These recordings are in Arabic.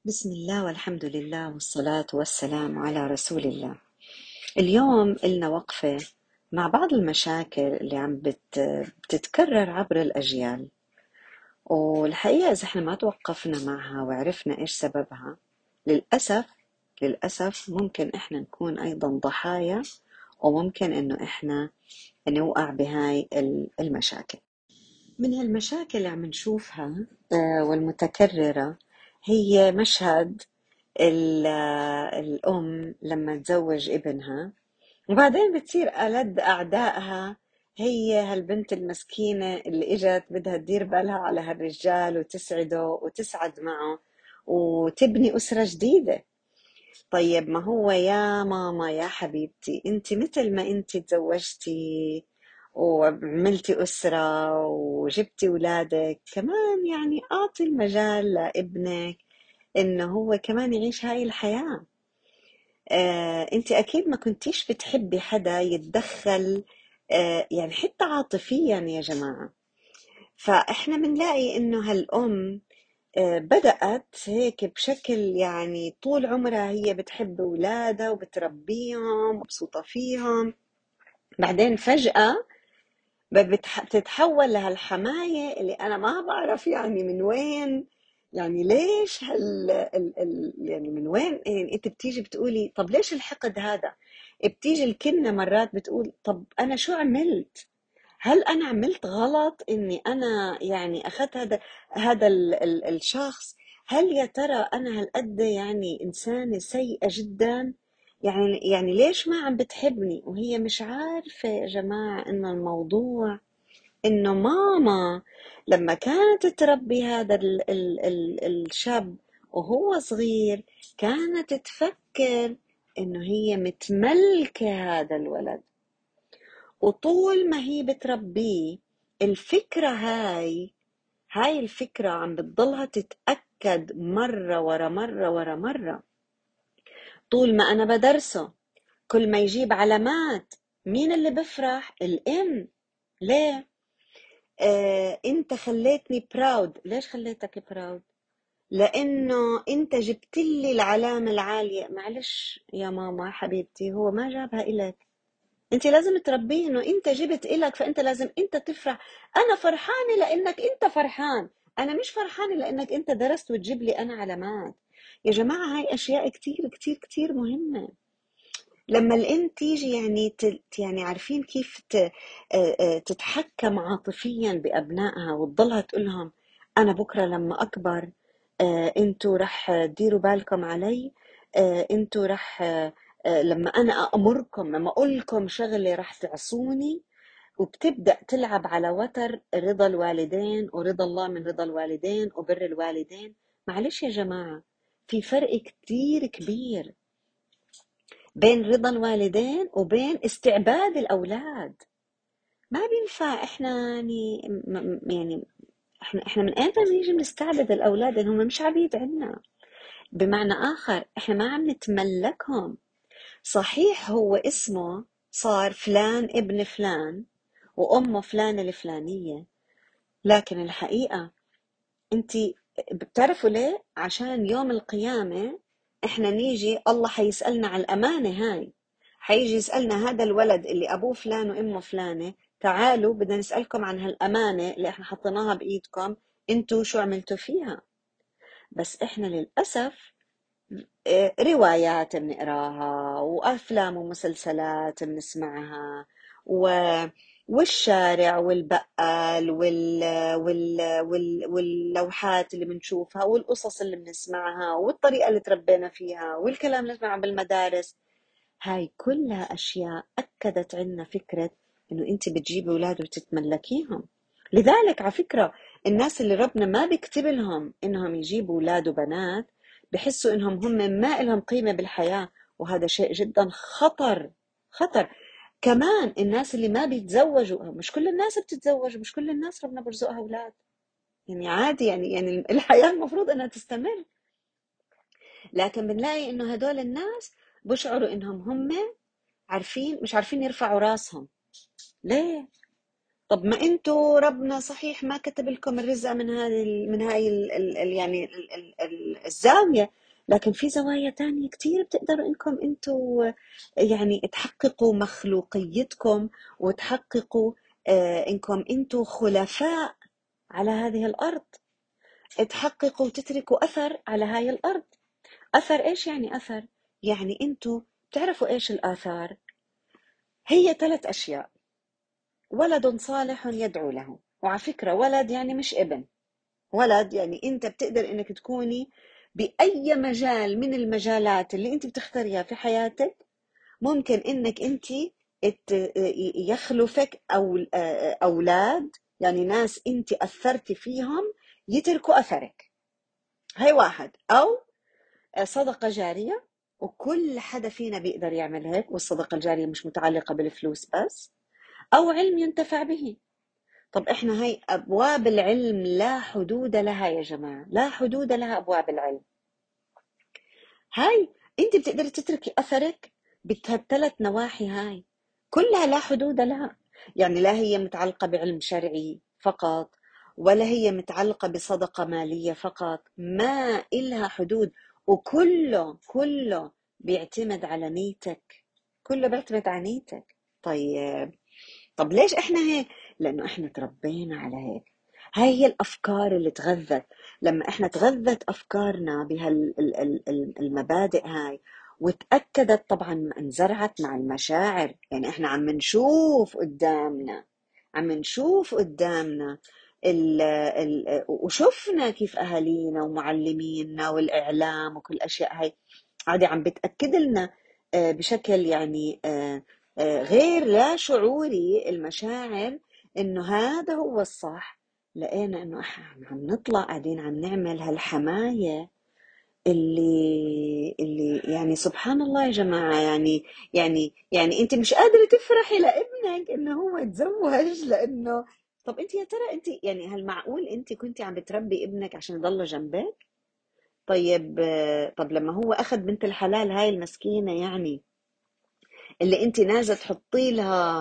بسم الله والحمد لله والصلاة والسلام على رسول الله. اليوم إلنا وقفة مع بعض المشاكل اللي بتتكرر عبر الأجيال، والحقيقة إذا احنا ما توقفنا معها وعرفنا إيش سببها، للأسف ممكن احنا نكون أيضا ضحايا، وممكن إنه احنا نوقع بهاي المشاكل. من هالمشاكل اللي عم نشوفها والمتكررة هي مشهد الأم لما تزوج ابنها، وبعدين بتصير ألد أعدائها هي هالبنت المسكينة اللي إجت بدها تدير بالها على هالرجال وتسعده وتسعد معه وتبني أسرة جديدة. طيب ما هو يا ماما يا حبيبتي، انت مثل ما انت تزوجتي وعملتي أسرة وجبتي ولادك، كمان يعني أعطي المجال لابنك إنه هو كمان يعيش هاي الحياة. انت أكيد ما كنتيش بتحبي حدا يتدخل، يعني حتى عاطفيا يا جماعة. فإحنا بنلاقي إنه هالأم بدأت هيك بشكل، يعني طول عمرها هي بتحب أولادها وبتربيهم ومبسوطة فيهم، بعدين فجأة بتتحول لهالحماية اللي أنا ما بعرف يعني من وين، يعني ليش يعني من وين، يعني أنت بتيجي بتقولي طب ليش الحقد هذا؟ بتيجي الكلمة مرات بتقول طب أنا شو عملت؟ هل أنا عملت غلط إني أنا يعني أخذت هذا الشخص؟ هل يا ترى أنا هالقد يعني إنسانة سيئة جدا؟ يعني ليش ما عم بتحبني؟ وهي مش عارفة يا جماعة إنه الموضوع إنه ماما لما كانت تربي هذا الشاب وهو صغير كانت تفكر إنه هي متملكة هذا الولد، وطول ما هي بتربيه الفكرة هاي الفكرة عم بتضلها تتأكد مرة ورا مرة ورا مرة. طول ما أنا بدرسه كل ما يجيب علامات، مين اللي بفرح؟ الأم. ليه؟ انت خليتني براود. ليش خليتك براود؟ لانه انت جبت لي العلامة العالية. معلش يا ماما حبيبتي، هو ما جابها إلك، انت لازم تربيه انه انت جبت إلك، فانت لازم انت تفرح. انا فرحانة لانك انت فرحان، انا مش فرحانة لانك انت درست وتجيب لي انا علامات. يا جماعة هاي اشياء كتير كتير كتير مهمة. لما الام تيجي يعني يعني عارفين كيف تتحكم عاطفيا بابنائها وتضلها تقول لهم انا بكره لما اكبر انتوا رح تديروا بالكم علي، انتوا رح لما انا امركم، لما اقول لكم شغله رح تعصوني. وبتبدا تلعب على وتر رضا الوالدين ورضا الله من رضا الوالدين وبر الوالدين. معلش يا جماعه، في فرق كتير كبير بين رضا الوالدين وبين استعباد الأولاد. ما بينفع احنا يعني يعني احنا من اين بنيجي بنستعبد الأولاد؟ إن هم مش عبيد عنا. بمعنى آخر احنا ما عم نتملكهم. صحيح هو اسمه صار فلان ابن فلان وأمه فلانة الفلانية، لكن الحقيقة انتي بتعرفوا ليه؟ عشان يوم القيامة احنا نيجي الله حيسألنا على الأمانة هاي. حيجي يسألنا هذا الولد اللي أبوه فلان وأمه فلانة، تعالوا بدنا نسألكم عن هالأمانة اللي احنا حطيناها بإيدكم، انتوا شو عملتوا فيها؟ بس احنا للأسف روايات بنقراها وأفلام ومسلسلات بنسمعها و... والشارع والبقال واللوحات اللي بنشوفها والقصص اللي بنسمعها والطريقة اللي تربينا فيها والكلام اللي نسمعه بالمدارس، هاي كلها أشياء أكدت عنا فكرة إنه أنت بتجيبي أولاد وتتملكيهم. لذلك على فكرة الناس اللي ربنا ما بيكتب لهم إنهم يجيبوا أولاد وبنات بحسوا إنهم هم ما لهم قيمة بالحياة، وهذا شيء جدا خطر. خطر. كمان الناس اللي ما بيتزوجوا، مش كل الناس بتتزوج، مش كل الناس ربنا برزقها أولاد، يعني عادي، يعني الحياة المفروض إنها تستمر. لكن بنلاقي إنه هدول الناس بشعروا إنهم هم عارفين، مش عارفين يرفعوا راسهم. ليه؟ طب ما انتوا ربنا صحيح ما كتب لكم الرزق من هاي يعني الزاوية، لكن في زوايا تانية كتير بتقدروا انكم انتوا يعني تحققوا مخلوقيتكم، وتحققوا انكم انتوا خلفاء على هذه الارض، تحققوا وتتركوا اثر على هاي الارض. اثر ايش يعني اثر؟ يعني انتوا بتعرفوا ايش الاثار؟ هي 3 اشياء: ولد صالح يدعو له. وعلى فكرة ولد يعني مش ابن، ولد يعني انت بتقدر انك تكوني بأي مجال من المجالات اللي انت بتختاريها في حياتك، ممكن انك انت يخلفك او اولاد، يعني ناس انت اثرتي فيهم يتركوا اثرك. هي واحد. او صدقة جارية، وكل حدا فينا بيقدر يعمل هيك، والصدقة الجارية مش متعلقة بالفلوس بس. او علم ينتفع به. طب احنا هاي ابواب العلم لا حدود لها يا جماعة، لا حدود لها ابواب العلم. هاي انت بتقدري تتركي اثرك بالثلاث نواحي، هاي كلها لا حدود لها. يعني لا هي متعلقة بعلم شرعي فقط، ولا هي متعلقة بصدقة مالية فقط، ما إلها حدود. وكله بيعتمد على نيتك، كله بيعتمد على نيتك. طيب، طب ليش احنا هيك؟ لانه احنا تربينا على هيك. هاي هي الافكار اللي تغذت. لما احنا تغذت افكارنا بهالمبادئ هاي، وتاكدت طبعا انزرعت مع المشاعر. يعني احنا عم نشوف قدامنا وشفنا كيف اهالينا ومعلمينا والاعلام وكل الاشياء هاي عادي عم بتاكد لنا بشكل يعني غير لا شعوري المشاعر انه هذا هو الصح. لقينا انه احنا عم نطلع قاعدين عم نعمل هالحماية اللي يعني سبحان الله يا جماعة. يعني انت مش قادرة تفرحي لابنك انه هو تزوج لانه. طب انت يا ترى انت يعني هل معقول انت كنتي عم بتربي ابنك عشان يضل جنبك؟ طيب طب لما هو اخذ بنت الحلال هاي المسكينة، يعني اللي انت نازله تحطي لها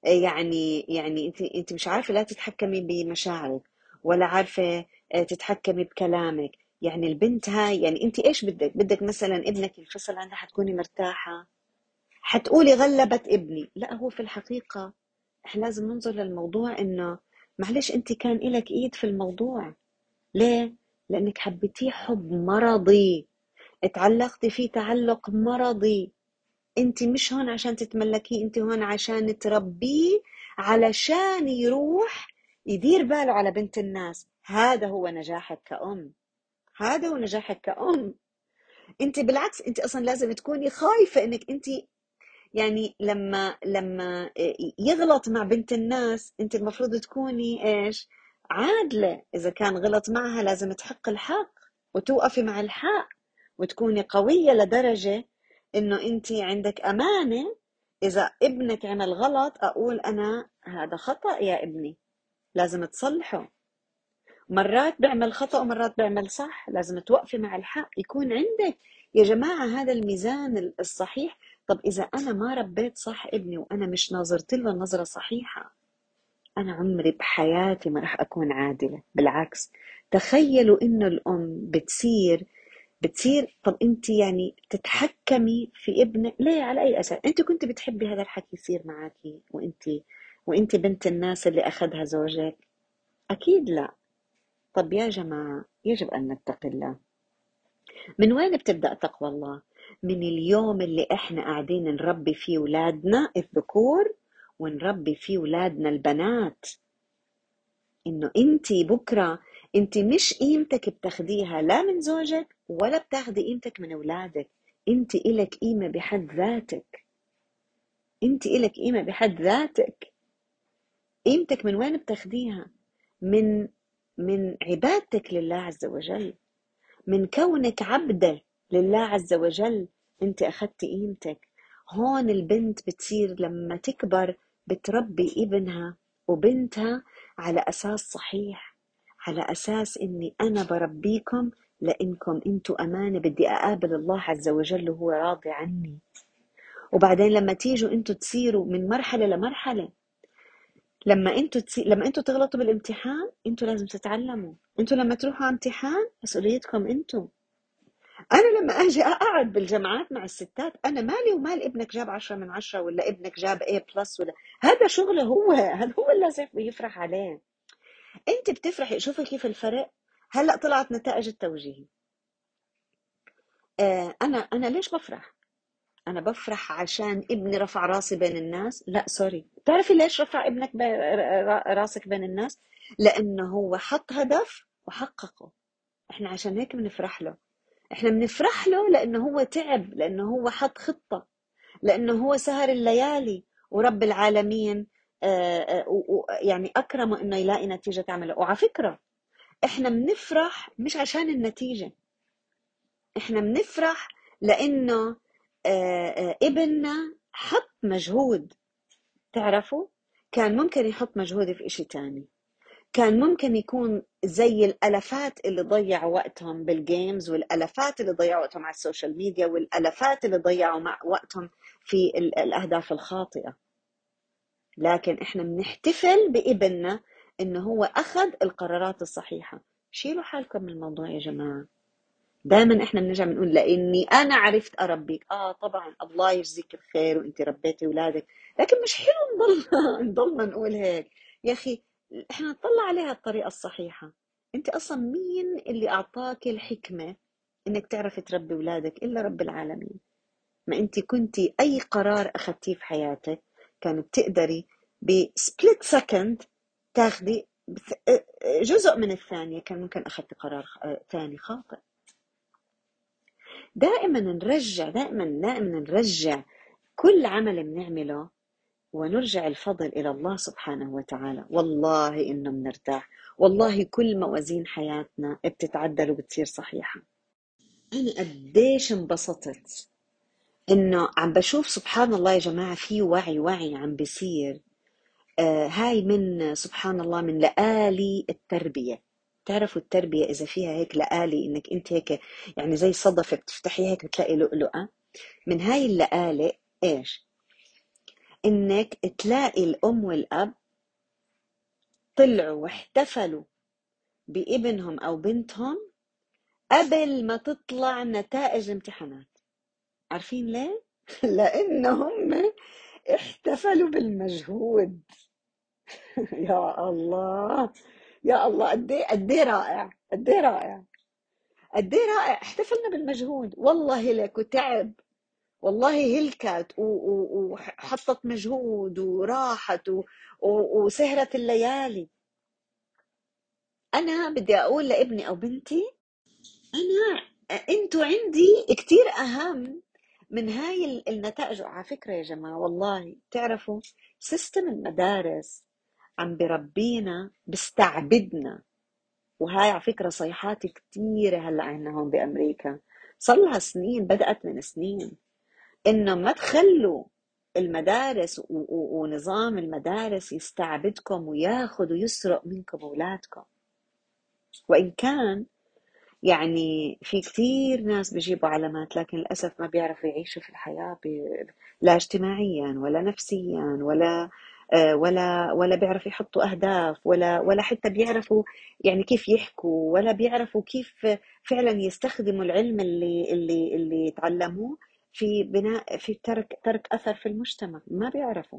يعني انت مش عارفه لا تتحكمي بمشاعرك، ولا عارفه تتحكمي بكلامك. يعني البنت هاي، يعني انت ايش بدك مثلا ابنك الفصل عندها حتكوني مرتاحه؟ حتقولي غلبت ابني. لا، هو في الحقيقه احنا لازم ننظر للموضوع انه معلش انت كان إلك ايد في الموضوع. ليه؟ لانك حبيتيه حب مرضي، اتعلقتي فيه تعلق مرضي. انت مش هون عشان تتملكيه، انت هون عشان تربيه علشان يروح يدير باله على بنت الناس. هذا هو نجاحك كأم، هذا هو نجاحك كأم. انت بالعكس، انت اصلا لازم تكوني خايفة انك انت يعني لما يغلط مع بنت الناس، انت المفروض تكوني ايش؟ عادلة. اذا كان غلط معها لازم تحق الحق وتوقفي مع الحق، وتكوني قوية لدرجة انه انت عندك امانة. اذا ابنك عمل غلط اقول انا هذا خطأ يا ابني، لازم تصلحه. مرات بيعمل خطأ ومرات بيعمل صح، لازم توقفي مع الحق، يكون عندك يا جماعة هذا الميزان الصحيح. طب إذا أنا ما ربيت صح ابني وأنا مش ناظرت له نظرة صحيحة، أنا عمري بحياتي ما راح أكون عادلة. بالعكس، تخيلوا إنه الأم بتصير طب أنت يعني تتحكمي في ابنك ليه؟ على أي أساس؟ أنت كنت بتحبي هذا الحكي يصير معك وأنت بنت الناس اللي أخذها زوجك؟ أكيد لا. طب يا جماعة يجب أن نتقي الله. من وين بتبدأ تقوى الله؟ من اليوم اللي احنا قاعدين نربي فيه ولادنا الذكور ونربي فيه ولادنا البنات. انه انتي بكرة، انتي مش قيمتك بتاخديها لا من زوجك ولا بتاخدي قيمتك من اولادك. انتي إلك قيمة بحد ذاتك، انتي إلك قيمة بحد ذاتك. قيمتك من وين بتاخديها؟ من عبادتك لله عز وجل، من كونك عبدة لله عز وجل. انت اخدتي قيمتك. هون البنت بتصير لما تكبر بتربي ابنها وبنتها على اساس صحيح، على اساس اني انا بربيكم لانكم انتوا امانة، بدي اقابل الله عز وجل وهو راضي عني. وبعدين لما تيجوا انتوا تصيروا من مرحلة لمرحلة، لما انتوا تغلطوا بالامتحان، انتوا لازم تتعلموا. انتوا لما تروحوا على امتحان مسؤوليتكم انتوا. انا لما اجي اقعد بالجامعات مع الستات، انا مالي ومال ابنك جاب 10 من 10 ولا ابنك جاب A بلس، ولا هذا شغله هو، هذا هو اللي لازم يفرح عليه. انت بتفرحي، شوفي كيف الفرق. هلا طلعت نتائج التوجيهي. انا ليش بفرح؟ انا بفرح عشان ابني رفع راسي بين الناس؟ لا سوري. تعرفي ليش رفع ابنك راسك بين الناس؟ لانه هو حط هدف وحققه. احنا عشان هيك بنفرح له. احنا بنفرح له لانه هو تعب، لانه هو حط خطة، لانه هو سهر الليالي ورب العالمين يعني اكرمه انه يلاقي نتيجة تعمله. وعلى فكرة احنا بنفرح مش عشان النتيجة، احنا بنفرح لانه ابننا حط مجهود. تعرفوا، كان ممكن يحط مجهود في اشي تاني. كان ممكن يكون زي الالافات اللي ضيعوا وقتهم بالجيمز، والالافات اللي ضيعوا وقتهم على السوشيال ميديا، والالافات اللي ضيعوا مع وقتهم في الاهداف الخاطئة. لكن احنا بنحتفل بابننا انه هو اخذ القرارات الصحيحة. شيلوا حالكم من الموضوع يا جماعة. دائما احنا بنرجع بنقول لاني انا عرفت اربيك. طبعا الله يجزيك الخير وانت ربيتي اولادك، لكن مش حلو نضلنا نقول هيك. يا اخي احنا نطلع عليها الطريقه الصحيحه. انت اصلا مين اللي اعطاك الحكمه انك تعرفي تربي اولادك الا رب العالمين؟ ما انت كنتي اي قرار اخذتيه في حياتك كانت بتقدري بسبليت سكند تاخدي جزء من الثانيه. كان ممكن اخذتي قرار ثاني خاطئ. دائما نرجع كل عمل بنعمله ونرجع الفضل إلى الله سبحانه وتعالى. والله إنه بنرتاح. والله كل موازين حياتنا بتتعدل وبتصير صحيحة. أنا قديش انبسطت إنه عم بشوف سبحان الله يا جماعة في وعي عم بيصير. هاي من سبحان الله من لآلي التربية. تعرفوا التربية إذا فيها هيك لآلي، إنك أنت هيك يعني زي صدفة بتفتحيها هيك بتلاقي لؤلؤة. من هاي اللآلئ إيش؟ إنك تلاقي الأم والأب طلعوا واحتفلوا بابنهم أو بنتهم قبل ما تطلع نتائج الامتحانات. عارفين ليه؟ لأنهم احتفلوا بالمجهود. يا الله، يا الله، قد ايه رائع، قد ايه رائع، قد ايه رائع. احتفلنا بالمجهود. والله لك وتعب، والله هلكت وحطت مجهود وراحت وسهرت الليالي. أنا بدي أقول لابني أو بنتي، أنا أنتوا عندي كتير أهم من هاي النتائج. على فكرة يا جماعة والله تعرفوا سيستم المدارس عم بربينا بستعبدنا. وهاي على فكرة صيحات كتيرة هلأ عنا هون بأمريكا، صار لها سنين، بدأت من سنين. إنه ما تخلوا المدارس ونظام المدارس يستعبدكم وياخذ ويسرق منكم أولادكم. وإن كان يعني في كتير ناس بيجيبوا علامات، لكن للأسف ما بيعرفوا يعيشوا في الحياة لا اجتماعيا ولا نفسيا ولا بيعرفوا يحطوا أهداف، ولا حتى بيعرفوا يعني كيف يحكوا، ولا بيعرفوا كيف فعلا يستخدموا العلم اللي تعلموه في بناء، في ترك أثر في المجتمع. ما بيعرفوا.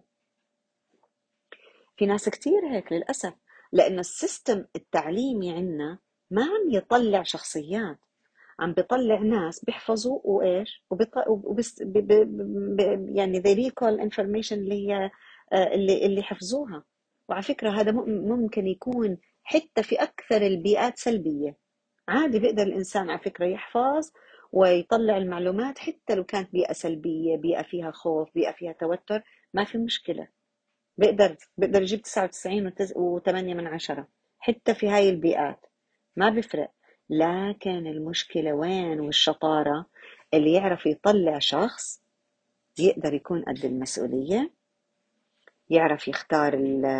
في ناس كتير هيك للأسف، لأن السيستم التعليمي عنا ما عم يطلع شخصيات، عم بيطلع ناس بيحفظوا وإيش يعني they recall information اللي هي اللي حفظوها. وعلى فكرة هذا ممكن يكون حتى في أكثر البيئات سلبية. عادي بيقدر الإنسان على فكرة يحفظ ويطلع المعلومات حتى لو كانت بيئة سلبية، بيئة فيها خوف، بيئة فيها توتر، ما في مشكلة. بقدر يجيب 99.8 حتى في هاي البيئات، ما بفرق. لكن المشكلة وين؟ والشطارة اللي يعرف يطلع شخص يقدر يكون قد المسؤولية، يعرف يختار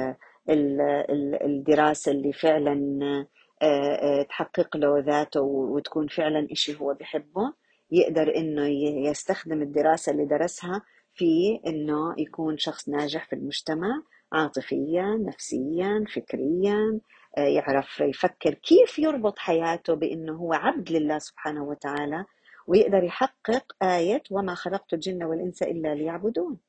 الدراسة اللي فعلا تحقق له ذاته وتكون فعلا إشي هو بحبه. يقدر إنه يستخدم الدراسة اللي درسها في إنه يكون شخص ناجح في المجتمع، عاطفيا، نفسيا، فكريا، يعرف يفكر كيف يربط حياته بأنه هو عبد لله سبحانه وتعالى، ويقدر يحقق آية وما خلقت الجن والإنس إلا ليعبدون.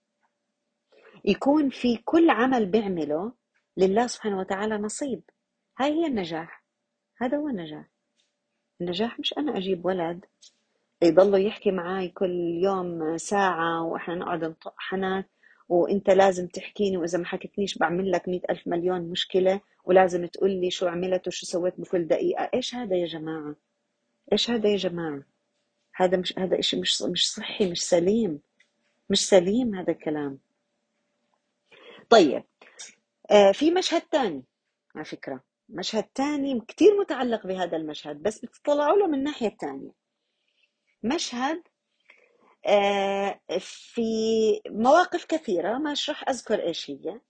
يكون في كل عمل بيعمله لله سبحانه وتعالى نصيب. هاي هي النجاح، هذا هو النجاح. النجاح مش أنا أجيب ولد يضلوا يحكي معاي كل يوم ساعة وإحنا نقعد نطق حنك، وإنت لازم تحكيني، وإذا ما حكيتنيش بعمل لك 100,000 مليون مشكلة، ولازم تقول لي شو عملت وشو سويت بكل دقيقة. إيش هذا يا جماعة؟ إيش هذا يا جماعة؟ هذا مش، هذا إشي مش صحي، مش سليم، مش سليم هذا الكلام. طيب، في مشهد تاني على فكرة، مشهد تاني كتير متعلق بهذا المشهد، بس بتطلعوا له من ناحية تانية. مشهد في مواقف كثيرة، مش راح أذكر إيش هي.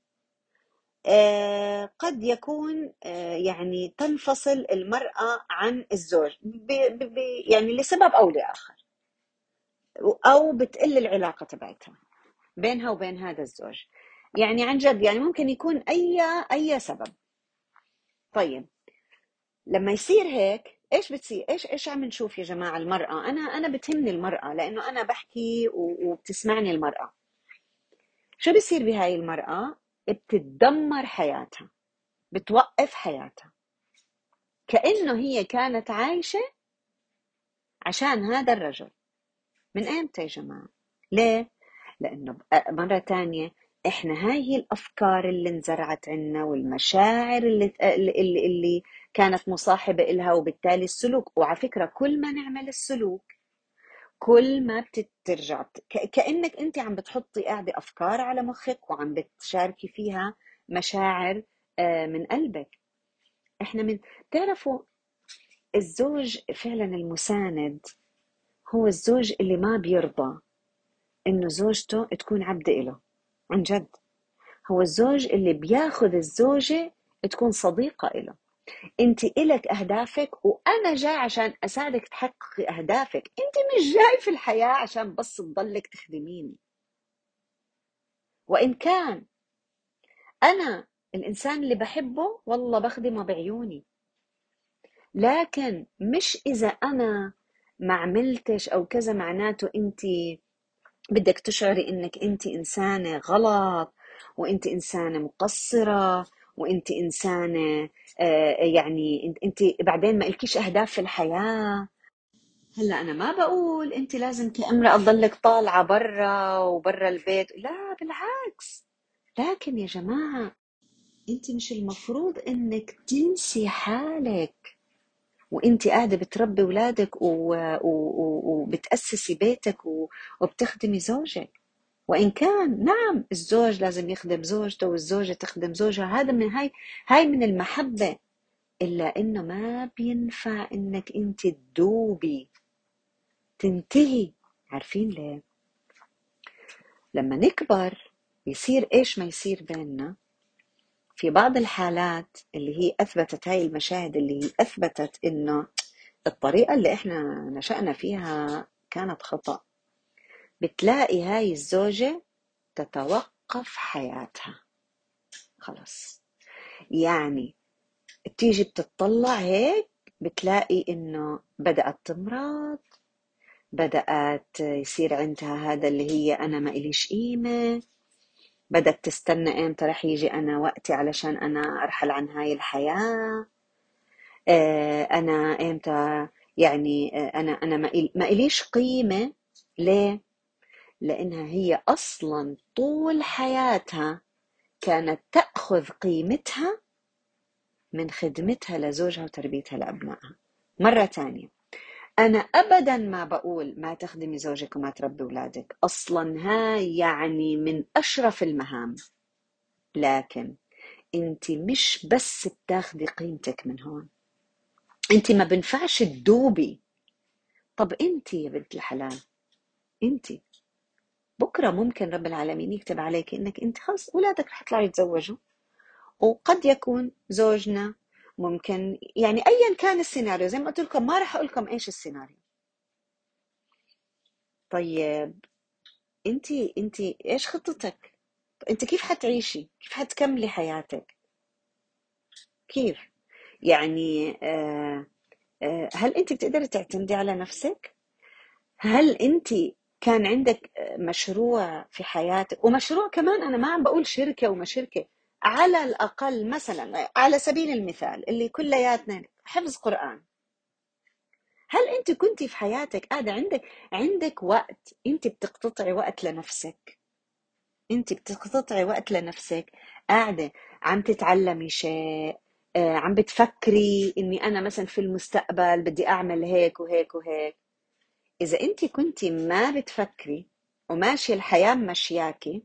قد يكون يعني تنفصل المرأة عن الزوج يعني لسبب أو لآخر، أو بتقل العلاقة تبعتها بينها وبين هذا الزوج. يعني عن جد، يعني ممكن يكون أي سبب. طيب، لما يصير هيك ايش بتصير؟ ايش عم نشوف يا جماعه؟ المراه، انا بتهمني المراه لانه انا بحكي وبتسمعني المراه. شو بيصير بهاي المراه؟ بتتدمر حياتها، بتوقف حياتها، كانه هي كانت عايشه عشان هذا الرجل. من ايمتى يا جماعه؟ ليه؟ لانه مره تانية احنا هاي هي الافكار اللي انزرعت عنا، والمشاعر اللي كانت مصاحبه إلها، وبالتالي السلوك. وعلى فكره كل ما نعمل السلوك كل ما بترجع كأنك انت عم بتحطي قاعدة افكار على مخك وعم بتشاركي فيها مشاعر من قلبك. احنا من تعرفوا الزوج فعلا المساند هو الزوج اللي ما بيرضى انه زوجته تكون عبدة إله. عن جد، هو الزوج اللي بياخذ الزوجة تكون صديقة إله. انت إلك اهدافك وانا جاي عشان اساعدك تحققي اهدافك، انت مش جاي في الحياة عشان بس تضلك تخدميني. وان كان انا الانسان اللي بحبه والله بخدمه بعيوني، لكن مش اذا انا ما عملتش او كذا معناته انت بدك تشعري انك انت انسانة غلط، وانت انسانة مقصرة، وانت انسانة يعني انت بعدين ما لكيش اهداف في الحياة. هلا انا ما بقول انت لازم كامرأة تضلك طالعة برا وبرا البيت، لا بالعكس. لكن يا جماعة، انت مش المفروض انك تنسي حالك وانت قاعدة بتربي ولادك وبتأسسي بيتك وبتخدمي زوجك. وإن كان نعم الزوج لازم يخدم زوجته والزوجة تخدم زوجها، هذا من هاي من المحبة. إلا إنه ما بينفع إنك أنت تدوبي تنتهي. عارفين ليه؟ لما نكبر يصير إيش ما يصير بيننا. في بعض الحالات اللي هي أثبتت، هاي المشاهد اللي هي أثبتت إنه الطريقة اللي إحنا نشأنا فيها كانت خطأ، بتلاقي هاي الزوجة تتوقف حياتها خلص. يعني بتيجي بتطلع هيك بتلاقي إنه بدأت تمرض، بدأت يصير عندها هذا اللي هي أنا ما إليش قيمة، بدأت تستنى إمتى رح يجي أنا وقتي علشان أنا أرحل عن هاي الحياة. أنا إمتى يعني أنا ما إليش قيمة. ليه؟ لأنها هي أصلا طول حياتها كانت تأخذ قيمتها من خدمتها لزوجها وتربيتها لأبنائها. مرة تانية، أنا أبدا ما بقول ما تخدمي زوجك وما تربي أولادك، أصلا هاي يعني من أشرف المهام. لكن أنت مش بس بتاخدي قيمتك من هون، أنت ما بنفعش تدوبي. طب أنت يا بنت الحلال، أنت بكرة ممكن رب العالمين يكتب عليك إنك أنت خلص أولادك رح يطلعوا يتزوجوا، وقد يكون زوجنا ممكن، يعني أيا كان السيناريو، زي ما قلت لكم ما رح أقول لكم إيش السيناريو. طيب انت ايش خطتك؟ انت كيف حتعيشي؟ كيف حتكملي حياتك؟ كيف؟ يعني هل انت بتقدري تعتمدي على نفسك؟ هل انت كان عندك مشروع في حياتك؟ ومشروع كمان، انا ما عم بقول شركة وما شركة، على الاقل مثلا على سبيل المثال اللي كلياتنا حفظ قرآن. هل انت كنتي في حياتك قاعدة عندك وقت انت بتقتطعي وقت لنفسك؟ انت بتقتطعي وقت لنفسك، قاعدة عم تتعلمي شيء، عم بتفكري اني انا مثلا في المستقبل بدي اعمل هيك وهيك وهيك؟ اذا انت كنتي ما بتفكري وماشي الحياة ماشياكي،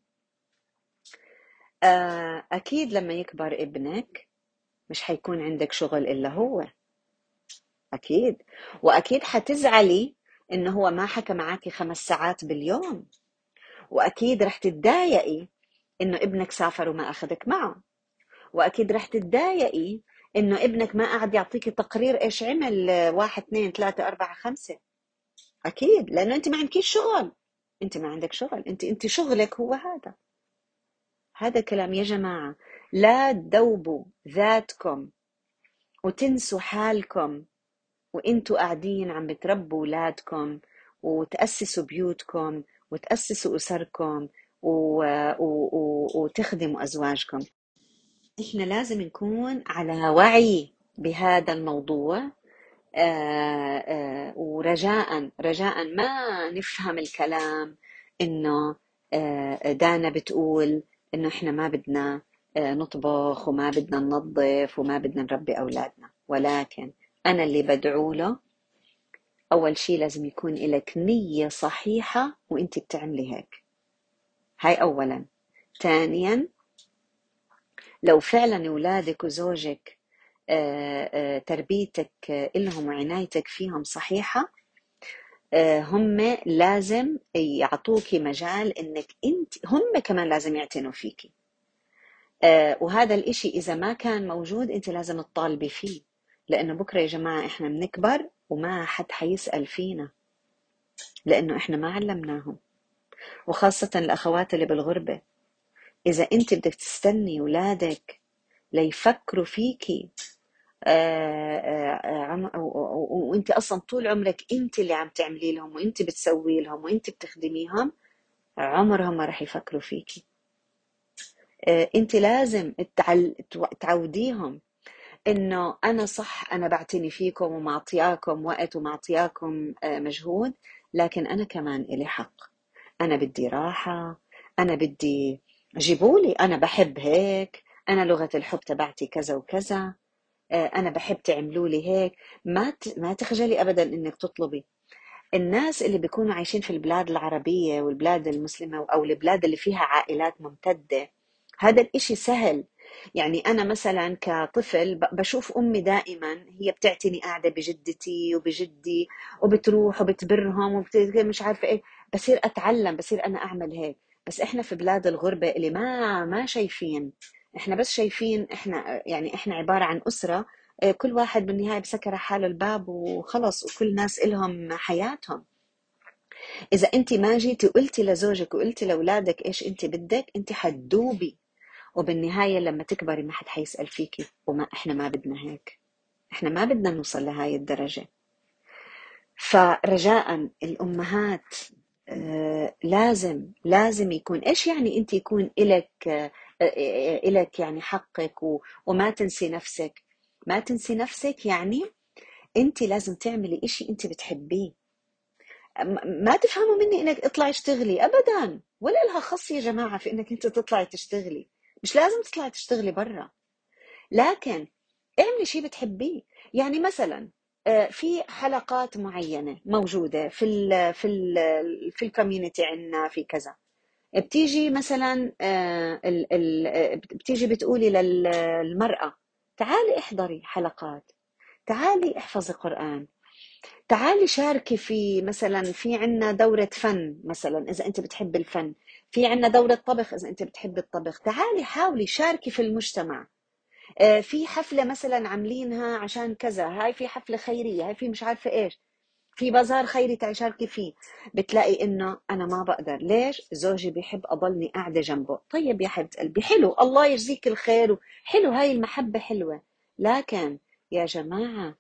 اكيد لما يكبر ابنك مش حيكون عندك شغل الا هو. اكيد. واكيد حتزعلي انه هو ما حكى معاكي 5 ساعات باليوم. واكيد رح تتضايقي انه ابنك سافر وما اخذك معه. واكيد رح تتضايقي انه ابنك ما قاعد يعطيكي تقرير ايش عمل، 1 2 3 4 5. اكيد، لانه انت ما عندكيش شغل. انت ما عندك شغل، انت شغلك هو هذا. هذا كلام يا جماعة. لا تذوبوا ذاتكم وتنسوا حالكم وانتوا قاعدين عم بتربوا اولادكم وتأسسوا بيوتكم وتأسسوا أسركم وتخدموا أزواجكم. احنا لازم نكون على وعي بهذا الموضوع. ورجاء ما نفهم الكلام انه دانا بتقول انه احنا ما بدنا نطبخ وما بدنا ننظف وما بدنا نربي اولادنا. ولكن انا اللي بدعو له، اول شيء لازم يكون لك نية صحيحة وانت بتعملي هيك. هاي اولا. ثانيا، لو فعلا اولادك وزوجك تربيتك إلهم وعنايتك فيهم صحيحة، هم لازم يعطوكي مجال انك هم كمان لازم يعتنوا فيكي. وهذا الاشي اذا ما كان موجود انت لازم تطالبي فيه، لانه بكرة يا جماعة احنا بنكبر وما حد حيسأل فينا، لانه احنا ما علمناهم. وخاصة الاخوات اللي بالغربة، اذا انت بدك تستني اولادك ليفكروا فيكي وانت اصلا طول عمرك انت اللي عم تعملي لهم وانت بتسوي لهم وانت بتخدميهم، عمرهم ما رح يفكروا فيكي. انت لازم تعوديهم انه انا صح، انا بعتني فيكم ومعطياكم وقت ومعطياكم مجهود، لكن انا كمان إلي حق. انا بدي راحة، انا بدي جيبولي، انا بحب هيك، انا لغة الحب تبعتي كذا وكذا، انا بحب تعملوا لي هيك. ما تخجلي ابدا انك تطلبي. الناس اللي بيكونوا عايشين في البلاد العربية والبلاد المسلمة أو البلاد اللي فيها عائلات ممتدة، هذا الإشي سهل. يعني أنا مثلا كطفل بشوف أمي دائما هي بتعتني، قاعدة بجدتي وبجدي وبتروح وبتبرهم مش عارفة إيه. بصير أتعلم، بصير أنا أعمل هيك. بس إحنا في بلاد الغربة اللي ما شايفين، إحنا بس شايفين إحنا يعني إحنا عبارة عن أسرة، كل واحد بالنهاية بسكر حاله الباب وخلص، وكل ناس إلهم حياتهم. إذا أنت ما جيتي وقلتي لزوجك وقلتي لأولادك إيش أنت بدك، أنت حتدوبي. وبالنهاية لما تكبري ما حد حيسأل فيكي. وما إحنا ما بدنا هيك، إحنا ما بدنا نوصل لهاي الدرجة. فرجاء الأمهات لازم يكون إيش يعني أنت يكون إلك يعني حقك وما تنسي نفسك. ما تنسي نفسك يعني انت لازم تعملي اشي انت بتحبيه. ما تفهموا مني انك اطلعي اشتغلي ابدا، ولا لها خص يا جماعة في انك انت تطلعي تشتغلي. مش لازم تطلعي تشتغلي برا، لكن اعملي شيء بتحبيه. يعني مثلا في حلقات معينة موجودة في الكوميونتي عندنا في كذا، بتيجي مثلا بتيجي بتقولي للمرأة تعالي احضري حلقات، تعالي احفظي قرآن، تعالي شاركي في مثلا في عنا دورة فن مثلا إذا أنت بتحب الفن، في عنا دورة طبخ إذا أنت بتحب الطبخ. تعالي حاولي شاركي في المجتمع. في حفلة مثلا عاملينها عشان كذا، هاي في حفلة خيرية، هاي في مش عارفة إيش. في بازار خيري تعي شاركي فيه، بتلاقي انه انا ما بقدر. ليش؟ زوجي بيحب اضلني قاعده جنبه. طيب يا حبيبه قلبي، حلو، الله يجزيك الخير، حلو، هاي المحبه حلوه، لكن يا جماعه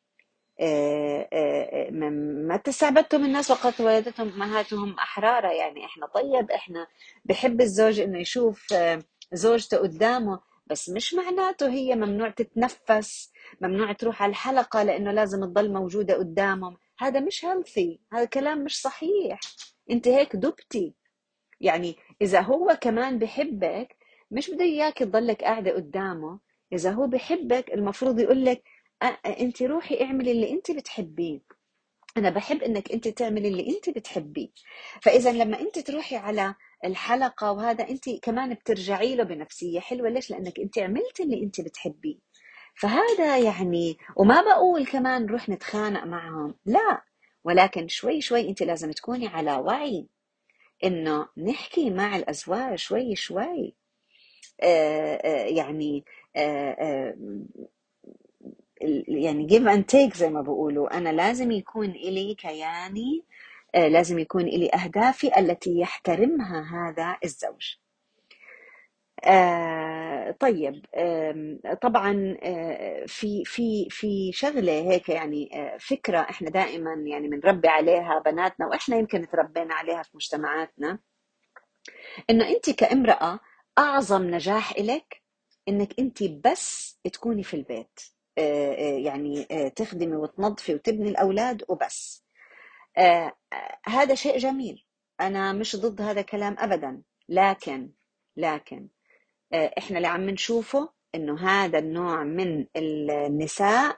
متى استعبدتم الناس وقد ولدتهم امهاتهم احرارا. يعني احنا، طيب احنا بحب الزوج انه يشوف زوجته قدامه، بس مش معناته هي ممنوع تتنفس، ممنوع تروح على الحلقة لانه لازم تضل موجودة قدامهم. هذا مش هيلثي، هذا كلام مش صحيح، انت هيك دبتي. يعني اذا هو كمان بحبك، مش بده اياك تضلك قاعده قدامه. اذا هو بحبك المفروض يقول لك انت روحي اعملي اللي انت بتحبيه، انا بحب انك انت تعملي اللي انت بتحبيه. فاذا لما انت تروحي على الحلقه وهذا، انت كمان بترجعي له بنفسيه حلوه. ليش؟ لانك انت عملتي اللي انت بتحبيه. فهذا يعني، وما بقول كمان نروح نتخانق معهم، لا، ولكن شوي شوي انت لازم تكوني على وعي انه نحكي مع الازواج شوي شوي. يعني آه، آه، يعني give and take زي ما بقولوا. انا لازم يكون إلي كياني، لازم يكون إلي اهدافي التي يحترمها هذا الزوج. طيب، طبعا في شغله هيك، يعني فكره احنا دائما يعني بنربي عليها بناتنا، واحنا يمكن تربينا عليها في مجتمعاتنا، انه انت كامرأة اعظم نجاح إلك انك انت بس تكوني في البيت، يعني تخدمي وتنظفي وتبني الاولاد وبس. هذا شيء جميل، انا مش ضد هذا الكلام ابدا، لكن احنا اللي عم نشوفه انه هذا النوع من النساء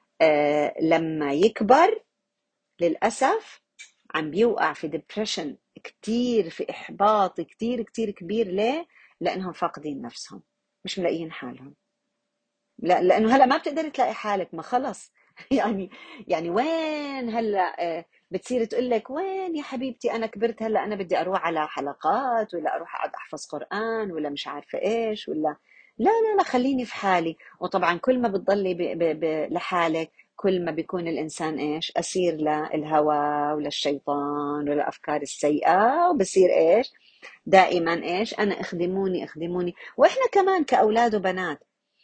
لما يكبر للأسف عم بيوقع في ديبريشن كتير، في إحباط كتير كتير كبير. ليه؟ لأنهم فاقدين نفسهم، مش ملاقيين حالهم. لا، لأنه هلا ما بتقدري تلاقي حالك، ما خلص. يعني يعني وين هلا بتصير تقول لك وين يا حبيبتي، أنا كبرت، هلا أنا بدي أروح على حلقات، ولا أروح أقعد أحفظ قرآن، ولا مش عارفة إيش، ولا لا لا لا، خليني في حالي. وطبعا كل ما بتضلي لحالك، كل ما بيكون الإنسان إيش؟ أسير للهوى وللشيطان وللأفكار السيئة، وبصير إيش؟ دائما إيش؟ أنا اخدموني اخدموني. وإحنا كمان كأولاد وبنات،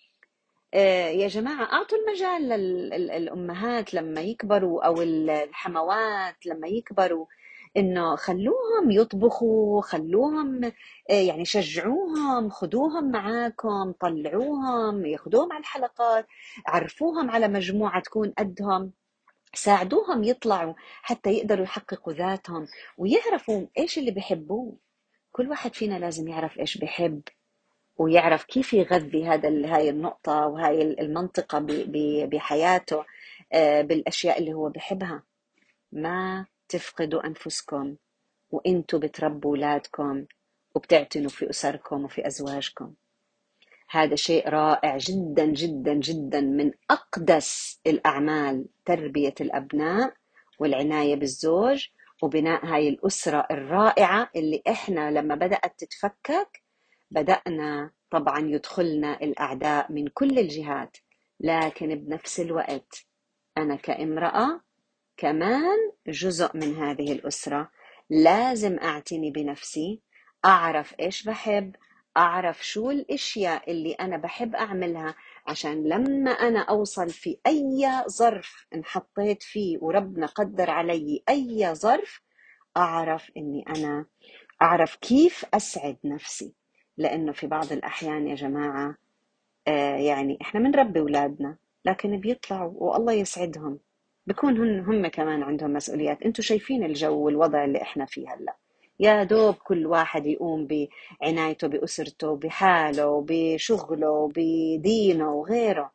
يا جماعة أعطوا المجال للأمهات لما يكبروا، أو الحموات لما يكبروا، إنه خلوهم يطبخوا، خلوهم يعني شجعوهم، خدوهم معاكم، طلعوهم، ياخدوهم على الحلقات، عرفوهم على مجموعة تكون قدهم، ساعدوهم يطلعوا حتى يقدروا يحققوا ذاتهم ويعرفوا إيش اللي بيحبوه. كل واحد فينا لازم يعرف إيش بيحب، ويعرف كيف يغذي هاي النقطة وهاي المنطقة بحياته بالأشياء اللي هو بحبها. ما تفقدوا أنفسكم وإنتوا بتربوا أولادكم وبتعتنوا في أسركم وفي أزواجكم. هذا شيء رائع جدا جدا جدا، من أقدس الأعمال تربية الأبناء والعناية بالزوج وبناء هاي الأسرة الرائعة اللي إحنا لما بدأت تتفكك بدأنا طبعا يدخلنا الأعداء من كل الجهات. لكن بنفس الوقت أنا كامرأة كمان جزء من هذه الأسرة، لازم أعتني بنفسي، أعرف إيش بحب، أعرف شو الأشياء اللي أنا بحب أعملها، عشان لما أنا أوصل في أي ظرف انحطيت فيه وربنا قدر علي أي ظرف، أعرف إني أنا أعرف كيف أسعد نفسي. لأنه في بعض الأحيان يا جماعة يعني إحنا بنربي أولادنا، لكن بيطلعوا والله يسعدهم بكون هم كمان عندهم مسؤوليات. أنتوا شايفين الجو والوضع اللي إحنا فيه هلأ، يا دوب كل واحد يقوم بعنايته بأسرته، بحاله، بشغله، بدينه وغيره.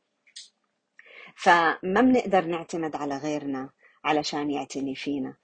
فما بنقدر نعتمد على غيرنا علشان يعتني فينا.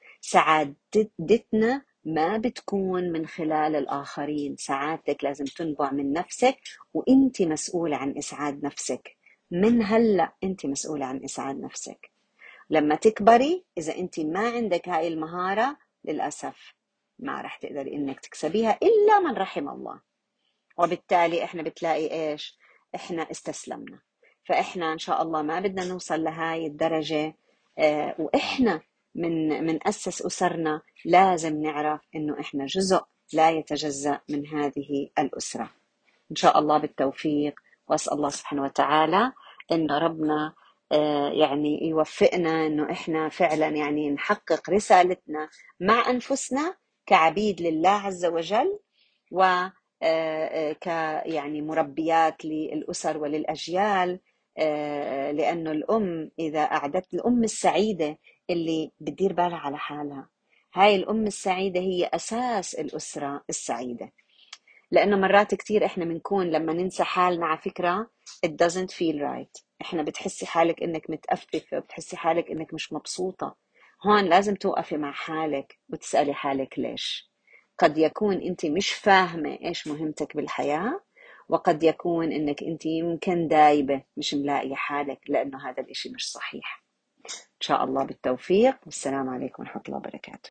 سعادتنا ما بتكون من خلال الآخرين، سعادتك لازم تنبع من نفسك، وانت مسؤولة عن إسعاد نفسك. من هلأ انت مسؤولة عن إسعاد نفسك. لما تكبري إذا انت ما عندك هاي المهارة، للأسف ما رح تقدري انك تكسبيها إلا من رحم الله. وبالتالي احنا بتلاقي ايش؟ احنا استسلمنا. فاحنا ان شاء الله ما بدنا نوصل لهاي الدرجة، واحنا من أسس أسرنا لازم نعرف إنه إحنا جزء لا يتجزأ من هذه الأسرة. إن شاء الله بالتوفيق، وأسأل الله سبحانه وتعالى إن ربنا يعني يوفقنا إنه إحنا فعلا يعني نحقق رسالتنا مع أنفسنا كعبيد لله عز وجل، و ك يعني مربيات للأسر وللأجيال. لأنه الأم إذا أعدت الأم السعيدة اللي بتدير بالها على حالها، هاي الأم السعيدة هي أساس الأسرة السعيدة. لأنه مرات كتير إحنا بنكون لما ننسى حالنا، على فكرة it doesn't feel right. إحنا بتحسي حالك إنك متأففة، بتحسي حالك إنك مش مبسوطة. هون لازم توقفي مع حالك وتسألي حالك ليش. قد يكون أنت مش فاهمة إيش مهمتك بالحياة، وقد يكون إنك أنت يمكن دايبة مش ملاقية حالك، لأنه هذا الإشي مش صحيح. إن شاء الله بالتوفيق، والسلام عليكم ورحمة الله وبركاته.